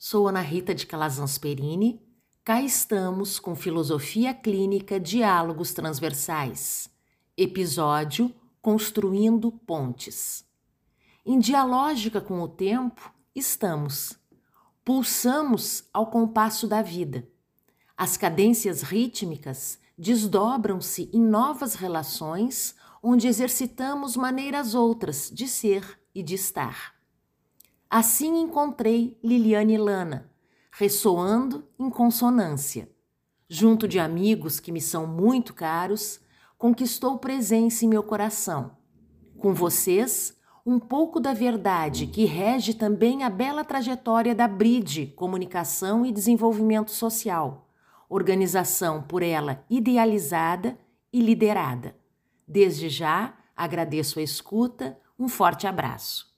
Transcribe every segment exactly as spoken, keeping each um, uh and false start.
Sou Ana Rita de Calazans Perini. Cá estamos com Filosofia Clínica Diálogos Transversais. Episódio Construindo Pontes. Em dialógica com o tempo, estamos. Pulsamos ao compasso da vida. As cadências rítmicas desdobram-se em novas relações onde exercitamos maneiras outras de ser e de estar. Assim encontrei Liliane e Lana, ressoando em consonância. Junto de amigos que me são muito caros, conquistou presença em meu coração. Com vocês, um pouco da verdade que rege também a bela trajetória da Bride Comunicação e Desenvolvimento Social, organização por ela idealizada e liderada. Desde já, agradeço a escuta, um forte abraço.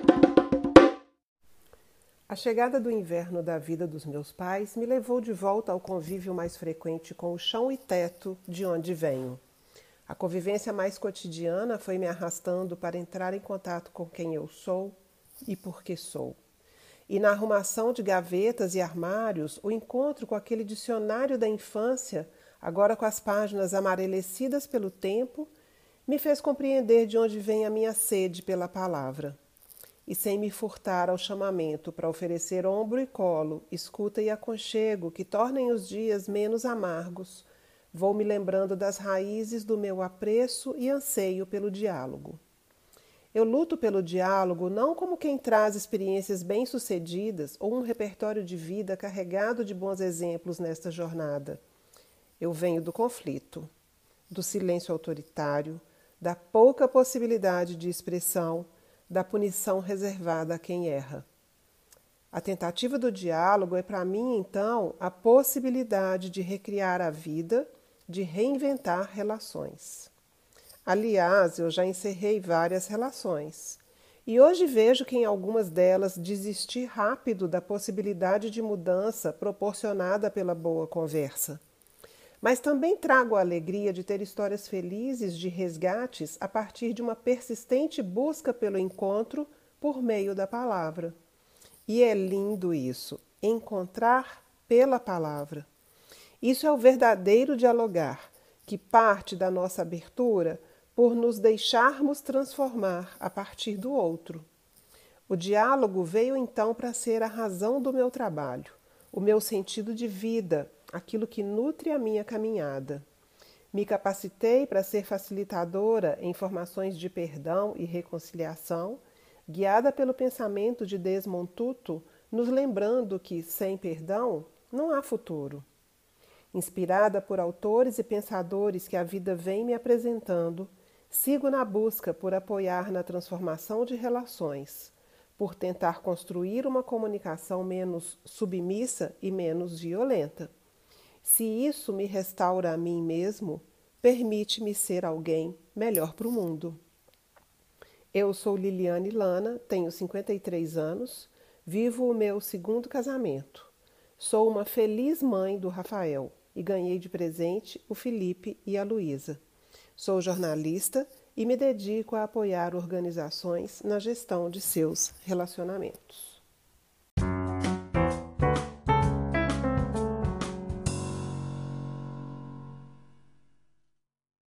A chegada do inverno da vida dos meus pais me levou de volta ao convívio mais frequente com o chão e teto de onde venho. A convivência mais cotidiana foi me arrastando para entrar em contato com quem eu sou e por que sou. E na arrumação de gavetas e armários, o encontro com aquele dicionário da infância, agora com as páginas amarelecidas pelo tempo, me fez compreender de onde vem a minha sede pela palavra. E sem me furtar ao chamamento para oferecer ombro e colo, escuta e aconchego que tornem os dias menos amargos, vou me lembrando das raízes do meu apreço e anseio pelo diálogo. Eu luto pelo diálogo não como quem traz experiências bem-sucedidas ou um repertório de vida carregado de bons exemplos nesta jornada. Eu venho do conflito, do silêncio autoritário, da pouca possibilidade de expressão, da punição reservada a quem erra. A tentativa do diálogo é para mim, então, a possibilidade de recriar a vida, de reinventar relações. Aliás, eu já encerrei várias relações. E hoje vejo que em algumas delas desisti rápido da possibilidade de mudança proporcionada pela boa conversa. Mas também trago a alegria de ter histórias felizes de resgates a partir de uma persistente busca pelo encontro por meio da palavra. E é lindo isso, encontrar pela palavra. Isso é o verdadeiro dialogar, que parte da nossa abertura por nos deixarmos transformar a partir do outro. O diálogo veio então para ser a razão do meu trabalho, o meu sentido de vida, aquilo que nutre a minha caminhada. Me capacitei para ser facilitadora em formações de perdão e reconciliação, guiada pelo pensamento de Desmond Tutu, nos lembrando que, sem perdão, não há futuro. Inspirada por autores e pensadores que a vida vem me apresentando, sigo na busca por apoiar na transformação de relações, por tentar construir uma comunicação menos submissa e menos violenta. Se isso me restaura a mim mesmo, permite-me ser alguém melhor para o mundo. Eu sou Liliane Lana, tenho cinquenta e três anos, vivo o meu segundo casamento. Sou uma feliz mãe do Rafael e ganhei de presente o Felipe e a Luísa. Sou jornalista e me dedico a apoiar organizações na gestão de seus relacionamentos.